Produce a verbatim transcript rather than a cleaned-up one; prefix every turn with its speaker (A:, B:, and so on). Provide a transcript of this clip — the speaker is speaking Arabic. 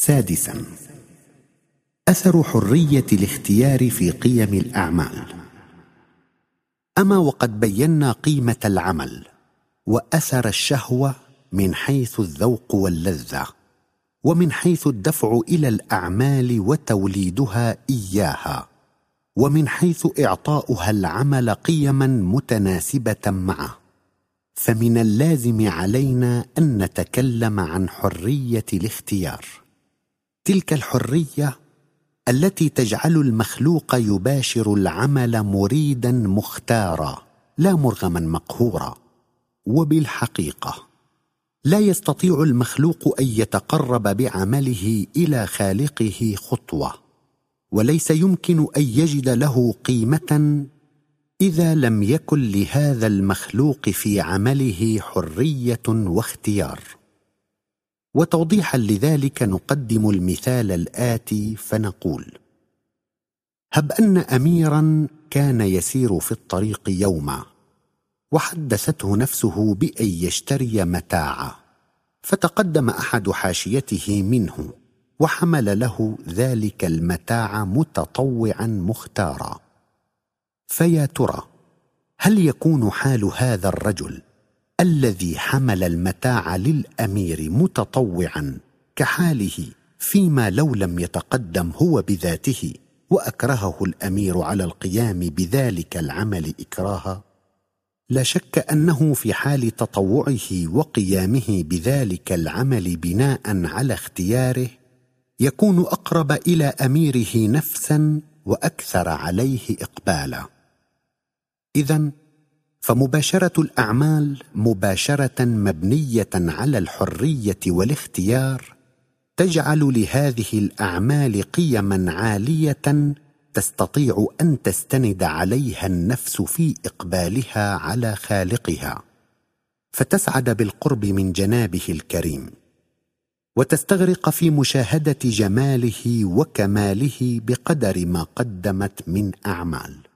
A: سادسا: أثر حرية الاختيار في قيم الأعمال. أما وقد بينا قيمة العمل وأثر الشهوة من حيث الذوق واللذة، ومن حيث الدفع إلى الأعمال وتوليدها إياها، ومن حيث إعطاؤها العمل قيما متناسبة معه، فمن اللازم علينا أن نتكلم عن حرية الاختيار، تلك الحرية التي تجعل المخلوق يباشر العمل مريدا مختارا لا مرغما مقهورا. وبالحقيقة لا يستطيع المخلوق أن يتقرب بعمله إلى خالقه خطوة، وليس يمكن أن يجد له قيمة إذا لم يكن لهذا المخلوق في عمله حرية واختيار. وتوضيحا لذلك نقدم المثال الآتي فنقول: هب أن أميرا كان يسير في الطريق يوما، وحدثته نفسه بأن يشتري متاعا، فتقدم أحد حاشيته منه وحمل له ذلك المتاع متطوعا مختارا. فيا ترى هل يكون حال هذا الرجل الذي حمل المتاع للأمير متطوعا كحاله فيما لو لم يتقدم هو بذاته وأكرهه الأمير على القيام بذلك العمل إكراها؟ لا شك أنه في حال تطوعه وقيامه بذلك العمل بناء على اختياره يكون أقرب إلى أميره نفسا وأكثر عليه إقبالا. إذن فمباشرة الأعمال مباشرة مبنية على الحرية والاختيار تجعل لهذه الأعمال قيما عالية تستطيع أن تستند عليها النفس في إقبالها على خالقها، فتسعد بالقرب من جنابه الكريم، وتستغرق في مشاهدة جماله وكماله بقدر ما قدمت من أعمال.